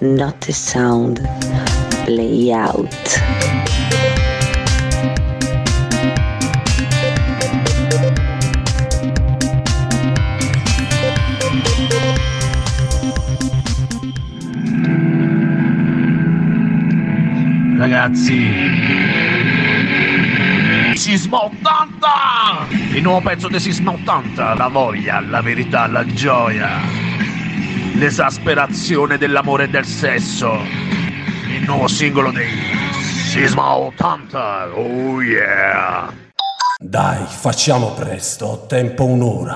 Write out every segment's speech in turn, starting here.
Not a Sound. Play Out. Ragazzi, Sisma 80! Il nuovo pezzo di Sisma 80, la voglia, la verità, la gioia, l'esasperazione dell'amore e del sesso. Il nuovo singolo dei Sisma 80, oh yeah! Dai, facciamo presto, ho tempo un'ora.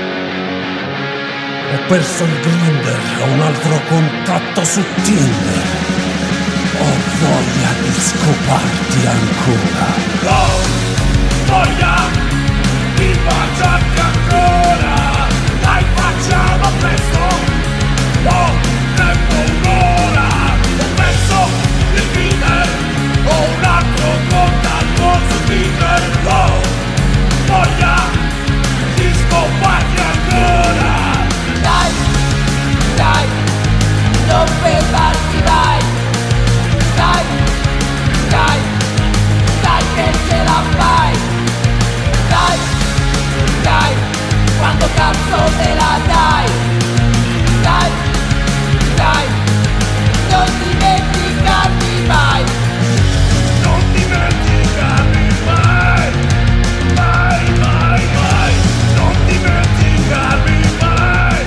Ho perso il Grindr, ho un altro contatto su Tinder. Ho voglia di scoparti ancora. Ho voglia di baciarti ancora. Dai, facciamo presto. Ho tempo un'ora. Ho perso il Tinder, ho un altro contatto su Tinder. Ho voglia di scoparti ancora. Dai, dai, non fermarti mai. Dai, dai, dai che ce la fai. Dai, dai, quando cazzo te la dai. Dai, dai, non dimenticarmi mai. Non dimenticarmi mai. Mai, mai, mai. Non dimenticarmi mai.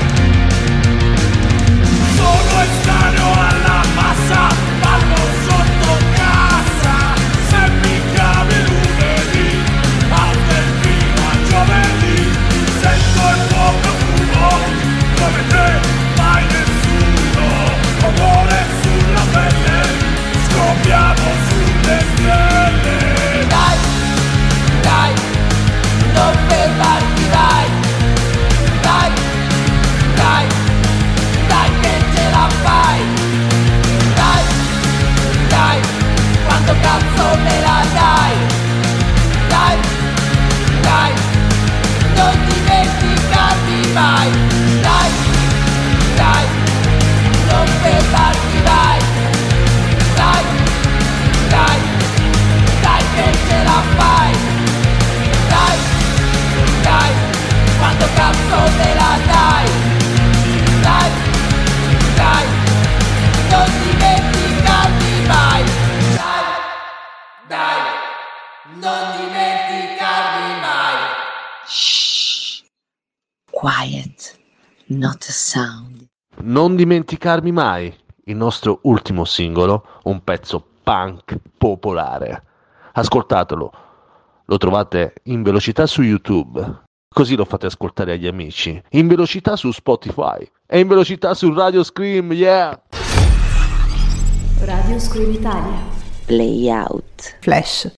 Sono estraneo alla massa, parlo sotto casa. Se mi chiami lunedì, almeno fino a giovedì. Sento il tuo profumo, come te mai nessuno. Amore sulla pelle, scopriamo sulle stelle. Dai, dai, non fermarti mai. Dai, dai, dai che ce la fai. Dai, dai, quando cazzo me la dai. Dai, dai, non dimenticarmi mai. Dai, dai, non fermarti mai. Dai, dai, dai che ce la fai. Dai, dai, quando cazzo me la dai. Dai, dai, non dimenticarmi mai. Dai, dai, non dimenticarmi mai. Shh. Quiet. Not a sound. Non dimenticarmi mai, il nostro ultimo singolo, un pezzo punk popolare. Ascoltatelo, lo trovate in velocità su YouTube, così lo fate ascoltare agli amici, in velocità su Spotify e in velocità su Radio Scream, yeah! Radio Scream Italia. Play Out. Flash.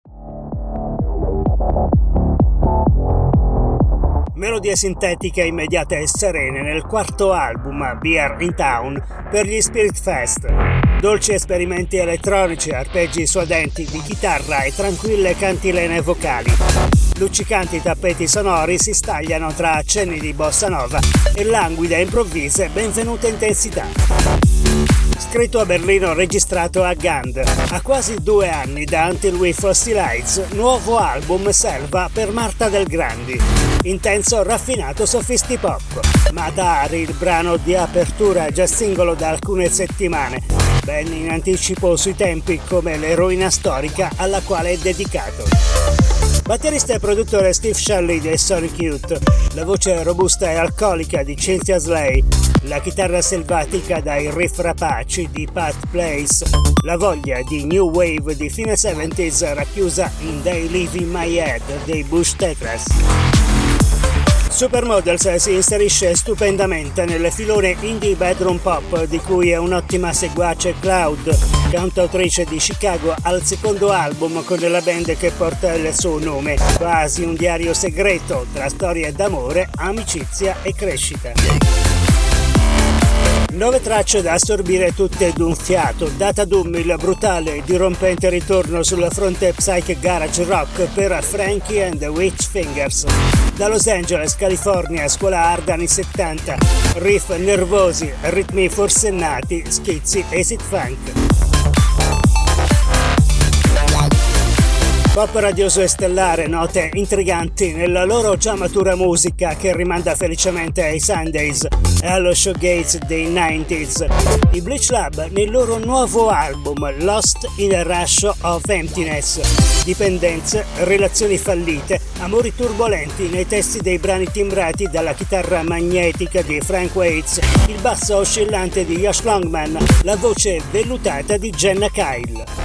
Melodie sintetiche immediate e serene nel quarto album Beer in Town per gli Spirit Fest. Dolci esperimenti elettronici, arpeggi suadenti di chitarra e tranquille cantilene vocali. Luccicanti tappeti sonori si stagliano tra accenni di bossa nova e languide e improvvise benvenute intensità. Scritto a Berlino, registrato a Gand. A quasi 2 anni da Until We Fossilize, nuovo album Selva per Marta Del Grandi. Intenso, raffinato sofistipop. Matari, il brano di apertura già singolo da alcune settimane, ben in anticipo sui tempi come l'eroina storica alla quale è dedicato. Batterista e produttore Steve Shelley dei Sonic Youth, la voce robusta e alcolica di Cynthia Slay, la chitarra selvatica dai riff rapaci di Pat Place, la voglia di new wave di fine 70s racchiusa in They Live in My Head dei Bush Tetras. Supermodels si inserisce stupendamente nel filone indie bedroom pop di cui è un'ottima seguace Cloud, cantautrice di Chicago al secondo album con la band che porta il suo nome, quasi un diario segreto tra storie d'amore, amicizia e crescita. 9 tracce da assorbire tutte d'un fiato, Data Doom, il brutale e dirompente ritorno sulla fronte psyche garage rock per Frankie and the Witch Fingers. Da Los Angeles, California, scuola hard anni 70, riff nervosi, ritmi forsennati, schizzi acid funk. Pop radioso e stellare, note intriganti nella loro già matura musica che rimanda felicemente ai Sundays e allo showgaze dei 90s. I Bleach Lab nel loro nuovo album Lost in a Rush of Emptiness. Dipendenze, relazioni fallite, amori turbolenti nei testi dei brani timbrati dalla chitarra magnetica di Frank Waits, il basso oscillante di Josh Longman, la voce vellutata di Jenna Kyle.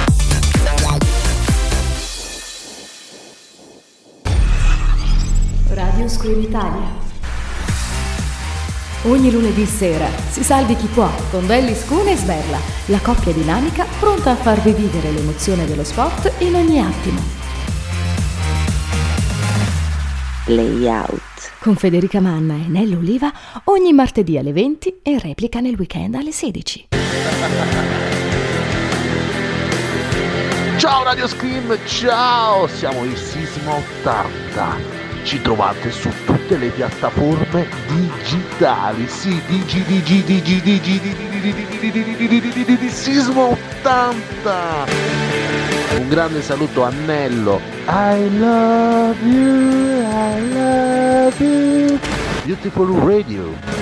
Radio Screen Italia. Ogni lunedì sera si salvi chi può con Belli Scune e Sberla, la coppia dinamica pronta a farvi vivere l'emozione dello sport in ogni attimo. Playout. Con Federica Manna e Nello Oliva ogni martedì alle 20 e replica nel weekend alle 16. Ciao Radio Scream, ciao! Siamo il Sisma 80. Ci trovate su tutte le piattaforme digitali. Sì, Sisma 80. Un grande saluto a Nello. I love you. Beautiful Radio.